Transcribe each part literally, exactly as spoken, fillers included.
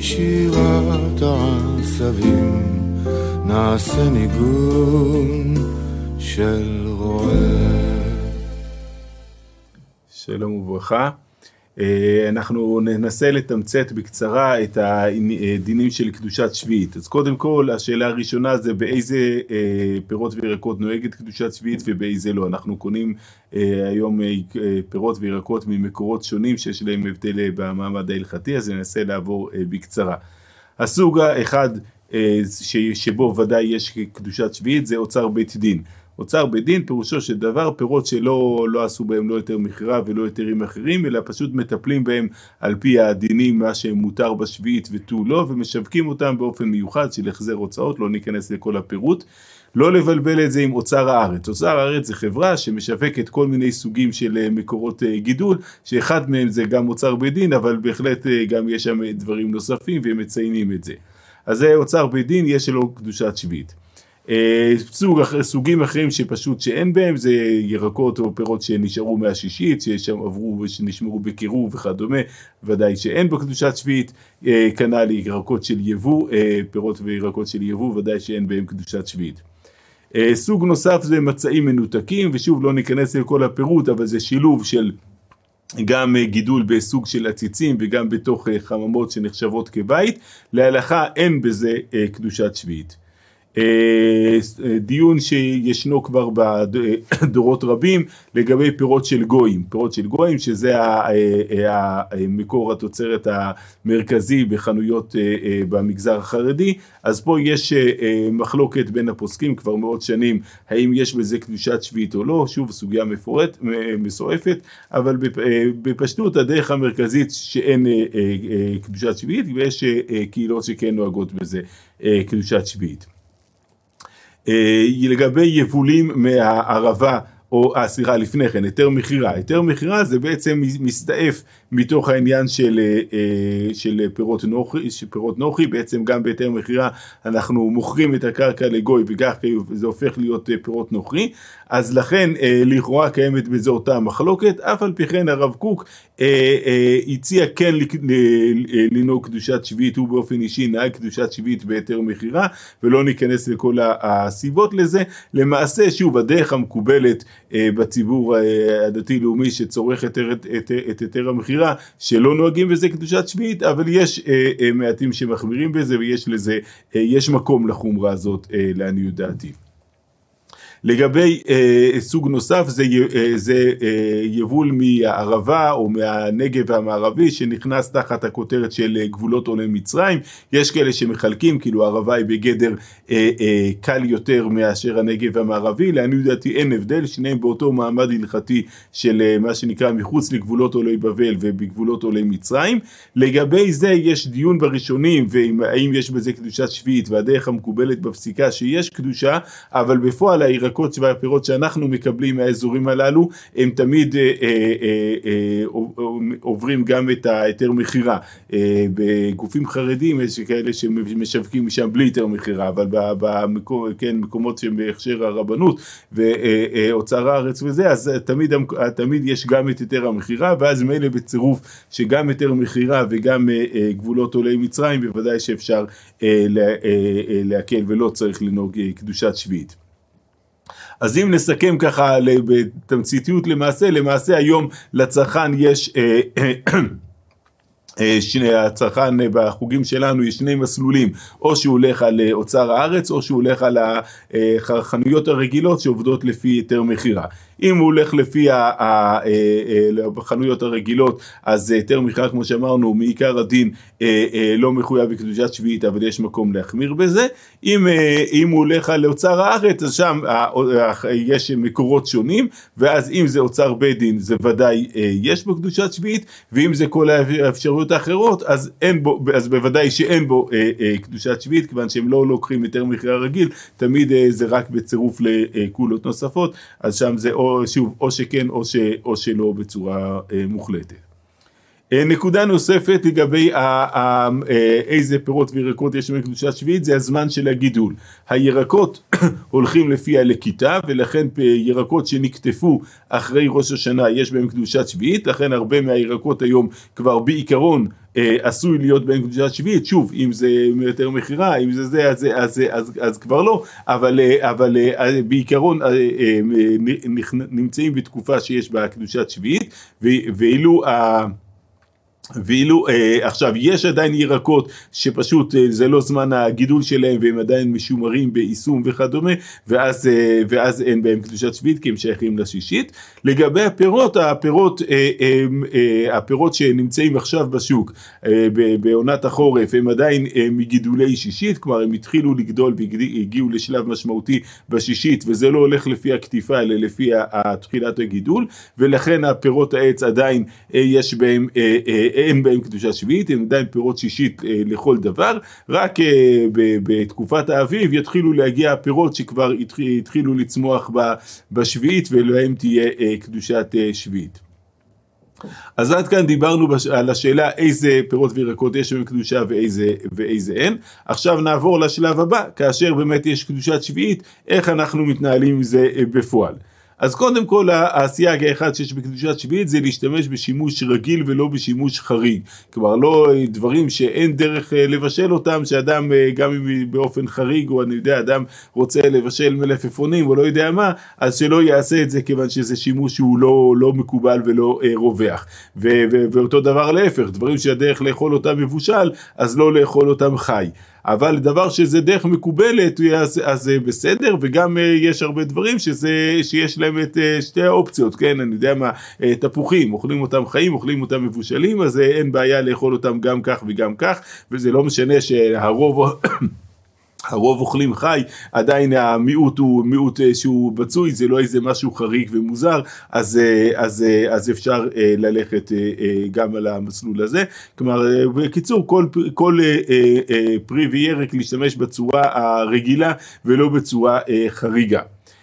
שירת העשבים נעשה ניגון של רועה. שלום וברכה. אנחנו ננסה לתמצת בקצרה את הדינים של קדושת שביעית. אז קודם כל, השאלה הראשונה זה באיזה פירות וירקות נוהגת קדושת שביעית ובאיזה לא. אנחנו קונים היום פירות וירקות ממקורות שונים שיש להם הבדל במעמד ההלכתי, אז ננסה לעבור בקצרה. הסוג האחד שבו ודאי יש קדושת שביעית זה אוצר בית דין. אוצר בית דין פירושו של דבר פירות שלא לא עשו בהם לא יותר מכירה ולא יתרים אחרים, אלא פשוט מטפלים בהם על פי הדינים, מה שמותר בשביעית ותו לא, ומשווקים אותם באופן מיוחד של החזר הוצאות. לא ניכנס לכל הפירוט. לא לבלבל את זה עם אוצר הארץ. אוצר הארץ זה חברה שמשווקת כל מיני סוגים של מקורות גידול, שאחד מהם זה גם אוצר בית דין, אבל בהחלט גם יש שם דברים נוספים והם מציינים את זה. אז זה אוצר בית דין, יש לו קדושת שביעית. סוג, סוגים אחרים שפשוט שאין בהם זה ירקות או פירות שנשארו מהשישית, ששם עברו ושנשמרו בקירוב וכדומה, ודאי שאין בקדושת שביעית. כנ"ל ירקות של יבוא, פירות וירקות של יבוא, ודאי שאין בהם קדושת שביעית. סוג נוסף זה מצעים מנותקים, ושוב לא ניכנס לכל הפירוט, אבל זה שילוב של גם גידול בסוג של עציצים וגם בתוך חממות שנחשבות כבית. להלכה אין בזה קדושת שביעית. דיון שישנו כבר בדורות רבים לגבי פירות של גויים, פירות של גויים שזה המקור התוצרת המרכזי בחנויות במגזר החרדי. אז פה יש מחלוקת בין הפוסקים כבר מאות שנים, האם יש בזה קדושת שביעית או לא, שוב סוגיה מפורט, מסועפת, אבל בפשטות הדרך המרכזית שאין קדושת שביעית, ויש קהילות שכן נוהגות בזה קדושת שביעית. לגבי יבולים מהערבה, או סליחה לפני כן, היתר מחירה. היתר מחירה זה בעצם מסתעף מתוך העניין של, של פירות נוחי, של פירות נוחי. בעצם גם בהיתר מחירה אנחנו מוכרים את הקרקע לגוי, וכך זה הופך להיות פירות נוחי. אז לכן לכאורה קיימת בזה אותה מחלוקת, אף על פי כן הרב קוק הציע כן לנהוג קדושת שביעית, הוא באופן אישי נהג קדושת שביעית בהיתר מחירה, ולא ניכנס לכל הסיבות לזה. למעשה שוב הדרך המקובלת בציבור הדתי-לאומי שצורך את היתר המחירה, שלא נוהגים בזה קדושת שביעית, אבל יש מעטים שמחמירים בזה, ויש לזה, יש מקום לחומרה הזאת לעניות דעתי. לגבי אה, סוג נוסף זה, אה, זה אה, יבול מהערבה או מהנגב המערבי שנכנס תחת הכותרת של אה, גבולות עולי מצרים. יש כאלה שמחלקים כאילו הערבה היא בגדר אה, אה, קל יותר מאשר הנגב המערבי. לעניות דעתי אין הבדל, שניהם באותו מעמד הלכתי של אה, מה שנקרא מחוץ לגבולות עולי בבל ובגבולות עולי מצרים. לגבי זה יש דיון בראשונים והאם יש בזה קדושת שביעית, והדרך המקובלת בפסיקה שיש קדושה, אבל בפועל הירקות והפירות שאנחנו מקבלים מהאזורים הללו הם תמיד אה, אה, אה, אה, עוברים גם את היתר מחירה. אה, בגופים חרדים יש כאלה שמשווקים משם בלי היתר מחירה, אבל במקום, כן, מקומות שהם בהכשר הרבנות ואוצר הארץ וזה, אז תמיד, תמיד יש גם את היתר המחירה, ואז מילא בצירוף שגם היתר מחירה וגם אה, גבולות עולי מצרים, בוודאי שאפשר אה, לה, אה, אה, להקל ולא צריך לנהוג אה, קדושת שביעית. אז אם נסכם ככה בתמציתיות למעשה, למעשה היום לצרכן יש, שני הצרכן בחוגים שלנו יש שני מסלולים, או שהוא הולך על אוצר הארץ, או שהוא הולך על החנויות הרגילות שעובדות לפי היתר מחירה. אם הוא הולך לפי החנויות הרגילות, אז היתר מחירה כמו שאמרנו, מעיקר הדין לא מחויב בקדושת שביעית, אבל יש מקום להחמיר בזה. אם, אם הוא הולך על אוצר הארץ, אז שם יש מקורות שונים, ואז אם זה אוצר בית דין, זה ודאי יש בו קדושת שביעית, ואם זה כל האפשרויות האחרות, אז, אין בו, אז בוודאי שאין בו קדושת שביעית, כיוון שהם לא לוקחים היתר מחירה רגיל, תמיד זה רק בצירוף לקולות נוספות, אז שם זה או, שוב, או שכן או, ש, או שלא בצורה אה, מוחלטת. נקודה נוספת לגבי איזה פירות וירקות יש בקדושת שביעית, זה הזמן של הגידול. הירקות הולכים לפי הלקיטה, ולכן ירקות שנקטפו אחרי ראש השנה יש בהם קדושת שביעית, לכן הרבה מהירקות היום כבר בעיקרון עשוי להיות בהם קדושת שביעית. שוב, אם זה יותר מחירה, אם זה זה, אז, אז, אז, אז כבר לא, אבל, אבל בעיקרון נמצאים בתקופה שיש בה קדושת שביעית, ואילו ה... ואילו אה, עכשיו יש עדיין ירקות שפשוט אה, זה לא זמן הגידול שלהם והם עדיין משומרים ביישום וכדומה, ואז, אה, ואז אין בהם קדושת שביעית כי הם שייכים לשישית. לגבי הפירות, הפירות, אה, אה, אה, הפירות שנמצאים עכשיו בשוק אה, בעונת החורף הם עדיין אה, מגידולי שישית, כלומר הם התחילו לגדול והגיעו לשלב משמעותי בשישית, וזה לא הולך לפי הכתיפה אלא לפי תחילת הגידול, ולכן הפירות העץ עדיין אה, יש בהם אה, אה, אין בהם קדושת שביעית, הם עדיין פירות שישית אה, לכל דבר, רק אה, ב, בתקופת האביב יתחילו להגיע הפירות שכבר התחיל, התחילו לצמוח ב, בשביעית, ולהם תהיה אה, קדושת אה, שביעית. אז עד כאן דיברנו בש... על השאלה איזה פירות וירקות יש בהם קדושה ואיזה, ואיזה אין. עכשיו נעבור לשלב הבא, כאשר באמת יש קדושת שביעית, איך אנחנו מתנהלים עם זה אה, בפועל. אז קודם כל הסייג האחד שיש בקדושת שביעית זה להשתמש בשימוש רגיל ולא בשימוש חריג, כלומר לא דברים שאין דרך לבשל אותם, שאדם גם אם באופן חריג או אני יודע אדם רוצה לבשל מלפפונים או לא יודע מה, אז שלא יעשה את זה כיוון שזה שימוש שהוא לא, לא מקובל ולא אה, רווח, ו- ו- ואותו דבר להפך, דברים שהדרך לאכול אותם מבושל אז לא לאכול אותם חי. אבל דבר שזה דרך מקובלת, אז, אז בסדר, וגם יש הרבה דברים שזה, שיש להם את שתי האופציות, כן, אני יודע מה, תפוחים, אוכלים אותם חיים, אוכלים אותם מבושלים, אז אין בעיה לאכול אותם גם כך וגם כך, וזה לא משנה שהרוב... הרוב אוכלים חי, עדיין המיעוט הוא מיעוט שהוא בצוי, זה לא איזה משהו חריג ומוזר, אז, אז, אז אפשר ללכת גם על המסלול הזה. כלומר, בקיצור, כל, כל פרי וירק להשתמש בצורה הרגילה ולא בצורה חריגה.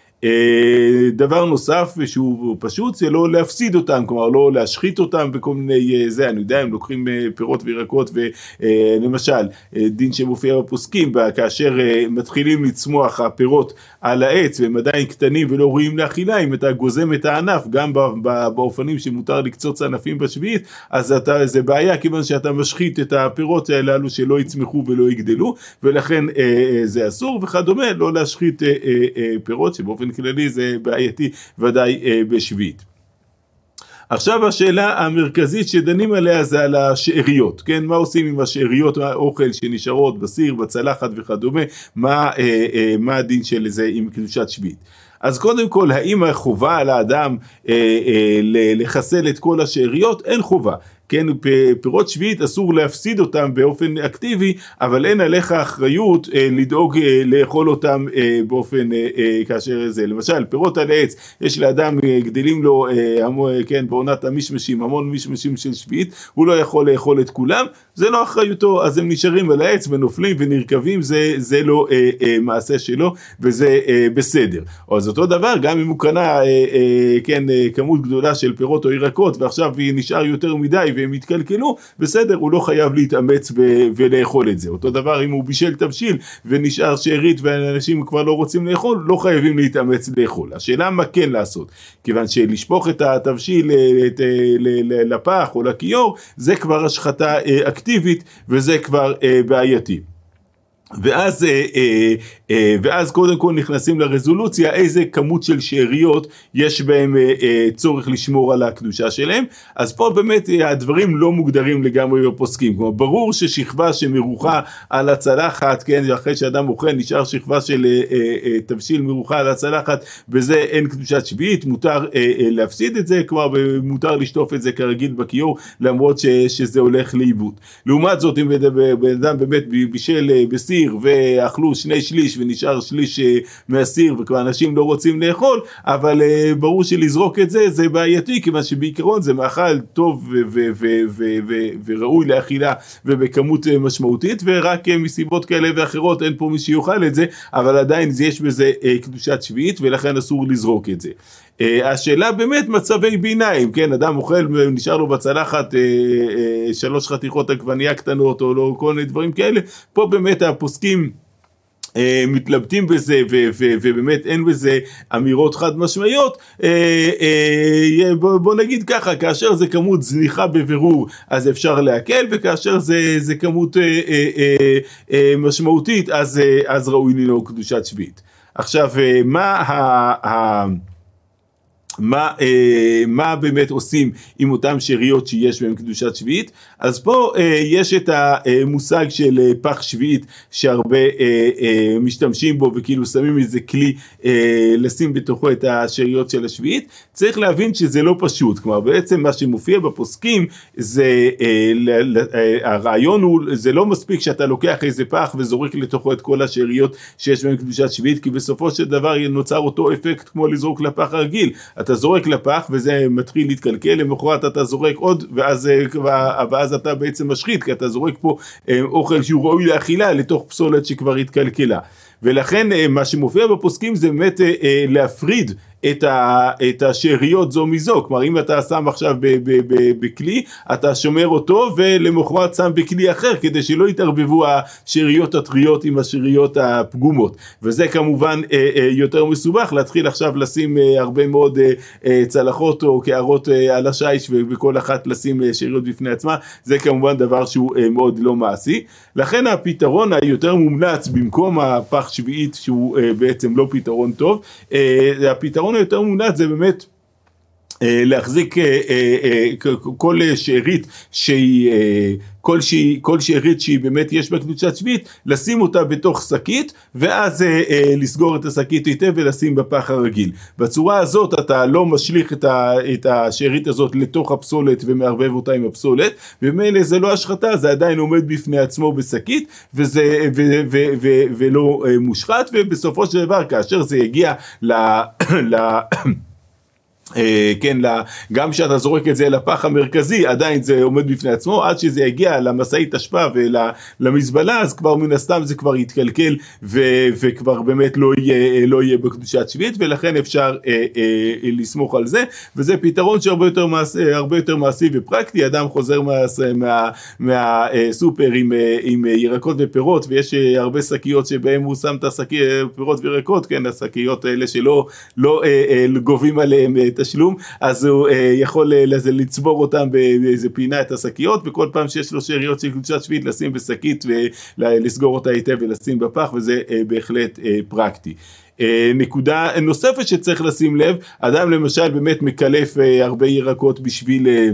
דבר נוסף שהוא פשוט זה לא להפסיד אותם, כלומר לא להשחית אותם בכל מיני זה, אני יודע, הם לוקחים פירות וירקות ולמשל דין שמופיע בפוסקים, כאשר מתחילים לצמוח הפירות על העץ והם עדיין קטנים ולא ראויים לאכילה, אם אתה גוזם את הענף גם באופנים שמותר לקצוץ ענפים בשביעית, אז אתה, זה בעיה כיוון שאתה משחית את הפירות הללו שלא יצמחו ולא יגדלו, ולכן זה אסור וכדומה, לא להשחית פירות שבאופן כללי זה בעייתי ודאי אה, בשביעית. עכשיו השאלה המרכזית שדנים עליה זה על השאריות, כן? מה עושים עם השאריות האוכל שנשארות בסיר, בצלחת וכדומה, מה, אה, אה, מה הדין של זה עם קדושת שביעית? אז קודם כל, האם החובה על האדם אה, אה, לחסל את כל השאריות? אין חובה. כן, פירות שביעית אסור להפסיד אותם באופן אקטיבי, אבל אין עליך אחריות אה, לדאוג אה, לאכול אותם אה, באופן אה, אה, כאשר זה. למשל, פירות על העץ, יש לאדם אה, גדלים לו, אה, המון, כן, בעונת המשמשים, המון משמשים של שביעית, הוא לא יכול לאכול את כולם, זה לא אחריותו, אז הם נשארים על העץ ונופלים ונרכבים, זה, זה לא אה, אה, מעשה שלו, וזה אה, בסדר. אז אותו דבר, גם אם הוא קנה אה, אה, כן, אה, כמות גדולה של פירות או ירקות, ועכשיו היא נשאר יותר מדי, והם יתקלקלו, בסדר, הוא לא חייב להתאמץ ב- ולאכול את זה. אותו דבר, אם הוא בישל תבשיל ונשאר שארית ואנשים כבר לא רוצים לאכול, לא חייבים להתאמץ לאכול. השאלה מה כן לעשות, כיוון שלשפוך את התבשיל את, לפח או לכיור, זה כבר השחתה אקטיבית, וזה כבר בעייתי. ואז, ואז קודם כל נכנסים לרזולוציה, איזה כמות של שאריות יש בהם צורך לשמור על הקדושה שלהם. אז פה באמת הדברים לא מוגדרים לגמרי בפוסקים. כלומר, ברור ששכבה שמרוחה על הצלחת, כן, אחרי שאדם אוכל נשאר שכבה של תבשיל מרוחה על הצלחת, בזה אין קדושת שביעית, מותר להפסיד את זה, כלומר מותר לשטוף את זה כרגיל בכיור, למרות שזה הולך לאיבוד. לעומת זאת, אם בן אדם באמת בישל בסיר, ואכלו שני שליש ונשאר שליש מהסיר וכבר אנשים לא רוצים לאכול, אבל ברור שלזרוק את זה זה בעייתי, כיוון שבעיקרון זה מאכל טוב וראוי לאכילה ובכמות משמעותית, ורק מסיבות כאלה ואחרות אין פה מי שיוכל את זה, אבל עדיין יש בזה קדושת שביעית ולכן אסור לזרוק את זה. השאלה באמת מצבי ביניים, כן, אדם אוכל ונשאר לו בצלחת שלוש חתיכות עגבנייה קטנות או לא, כל מיני דברים כאלה, פה באמת הפוסקים מתלבטים בזה ובאמת אין בזה אמירות חד משמעיות. בוא נגיד ככה, כאשר זה כמות זניחה בבירור אז אפשר להקל, וכאשר זה, זה כמות משמעותית אז, אז ראוי לנהוג קדושת שביעית. עכשיו מה ה... מה, אה, מה באמת עושים עם אותם שאריות שיש בהם קדושת שביעית? אז פה אה, יש את המושג של אה, פח שביעית שהרבה אה, אה, משתמשים בו וכאילו שמים איזה כלי אה, לשים בתוכו את השאריות של השביעית. צריך להבין שזה לא פשוט, כלומר בעצם מה שמופיע בפוסקים זה אה, ל, אה, הרעיון הוא, זה לא מספיק שאתה לוקח איזה פח וזורק לתוכו את כל השאריות שיש בהם קדושת שביעית, כי בסופו של דבר נוצר אותו אפקט כמו לזרוק לפח הרגיל. אתה זורק לפח וזה מתחיל להתקלקל, למחרת אתה זורק עוד ואז, ואז אתה בעצם משחית, כי אתה זורק פה אוכל שהוא ראוי לאכילה לתוך פסולת שכבר התקלקלה. ולכן מה שמופיע בפוסקים זה באמת להפריד את, ה, את השאריות זו מזו, כלומר אם אתה שם עכשיו ב, ב, ב, בכלי, אתה שומר אותו ולמחרת שם בכלי אחר, כדי שלא יתערבבו השאריות הטריות עם השאריות הפגומות, וזה כמובן אה, אה, יותר מסובך, להתחיל עכשיו לשים אה, הרבה מאוד אה, אה, צלחות או קערות אה, על השיש, ובכל אחת לשים אה, שאריות בפני עצמה, זה כמובן דבר שהוא אה, מאוד לא מעשי. לכן הפתרון היותר מומלץ במקום הפח שביעית, שהוא אה, בעצם לא פתרון טוב, אה, הפתרון היותר מומלץ זה באמת להחזיק כל שארית שהיא, כל, שהיא, כל שארית שהיא באמת יש בה קדושת שביעית, לשים אותה בתוך שקית, ואז לסגור את השקית היטב ולשים בפח הרגיל. בצורה הזאת אתה לא משליך את השארית הזאת לתוך הפסולת ומערבב אותה עם הפסולת, ומילא זה לא השחתה, זה עדיין עומד בפני עצמו בשקית, וזה, ו, ו, ו, ולא מושחת, ובסופו של דבר כאשר זה יגיע ל... ל כן, גם כשאתה זורק את זה לפח המרכזי, עדיין זה עומד בפני עצמו, עד שזה יגיע למשאית אשפה ולמזבלה, אז כבר מן הסתם זה כבר יתקלקל, וכבר באמת לא יהיה, לא יהיה בקדושת שביעית, ולכן אפשר אה, אה, לסמוך על זה, וזה פתרון שהרבה יותר מעשי, הרבה יותר מעשי ופרקטי. אדם חוזר מהסופר עם, עם ירקות ופירות, ויש הרבה שקיות שבהם הוא שם את הפירות וירקות, כן, השקיות האלה שלא לא, אה, אה, גובים עליהם תשלום, אז הוא אה, יכול אה, לצבור אותם באיזה פינה את השקיות, וכל פעם שיש לו שאריות של קדושת שביעית לשים בשקית ולסגור אותה היטב ולשים בפח, וזה אה, בהחלט אה, פרקטי. אה, נקודה נוספת שצריך לשים לב, אדם למשל באמת מקלף אה, הרבה ירקות בשביל אה,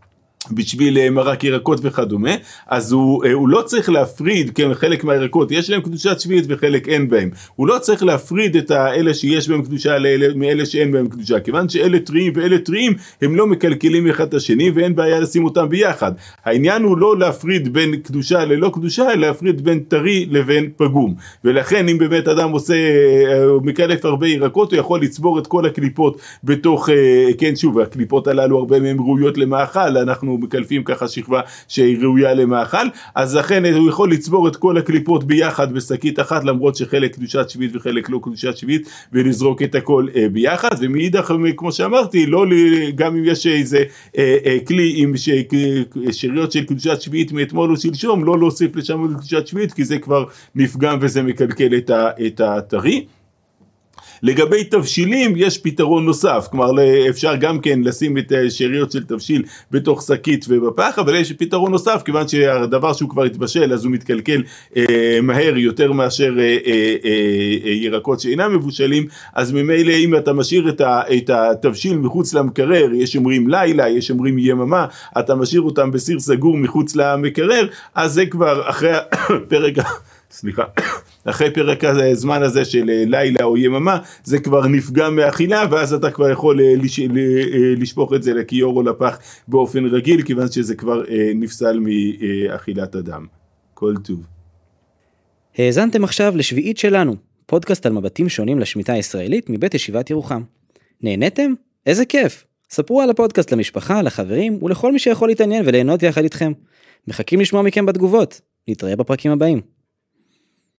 בשביל מרק ירקות וכדומה, אז הוא, הוא לא צריך להפריד, כן, חלק מהירקות יש להם קדושת שביעית וחלק אין בהם, הוא לא צריך להפריד את האלה שיש בהם קדושה לאלה, מאלה שאין בהם קדושה, כיוון שאלה טריים ואלה טריים הם לא מקלקלים אחד את השני, ואין בעיה לשים אותם ביחד. העניין הוא לא להפריד בין קדושה ללא קדושה, אלא להפריד בין טרי לבין פגום, ולכן אם באמת אדם עושה, הוא מקלף הרבה ירקות, הוא יכול לצבור את כל הקליפות בתוך, כן, שוב, הקליפות הללו הרבה מהם ראויות למאכל, אנחנו מקלפים ככה שכבה שהיא ראויה למאכל, אז לכן הוא יכול לצבור את כל הקליפות ביחד בשקית אחת, למרות שחלק קדושת שביעית וחלק לא קדושת שביעית, ולזרוק את הכל אה, ביחד. ומאידך, כמו שאמרתי, לא, גם אם יש איזה אה, אה, כלי עם שאריות של קדושת שביעית מאתמול או שלשום, לא להוסיף לשם קדושת שביעית, כי זה כבר נפגם וזה מקלקל את הטרי. לגבי תבשילים יש פתרון נוסף, כלומר אפשר גם כן לשים את השאריות של תבשיל בתוך שקית ובפח, אבל יש פתרון נוסף, כיוון שהדבר שהוא כבר התבשל אז הוא מתקלקל אה, מהר יותר מאשר אה, אה, אה, ירקות שאינם מבושלים, אז ממילא אם אתה משאיר את, ה, את התבשיל מחוץ למקרר, יש אומרים לילה, יש אומרים יממה, אתה משאיר אותם בסיר סגור מחוץ למקרר, אז זה כבר אחרי פרק... סליחה, אחרי פרק הזמן הזה של לילה או יממה, זה כבר נפגע מאכילה, ואז אתה כבר יכול לש... לשפוך את זה לכיור או לפח באופן רגיל, כיוון שזה כבר נפסל מאכילת אדם. כל טוב. האזנתם עכשיו לשביעית שלנו, פודקאסט על מבטים שונים לשמיטה הישראלית מבית ישיבת ירוחם. נהניתם? איזה כיף! ספרו על הפודקאסט למשפחה, לחברים ולכל מי שיכול להתעניין וליהנות יחד איתכם. מחכים לשמוע מכם בתגובות. נתראה בפרקים הבאים.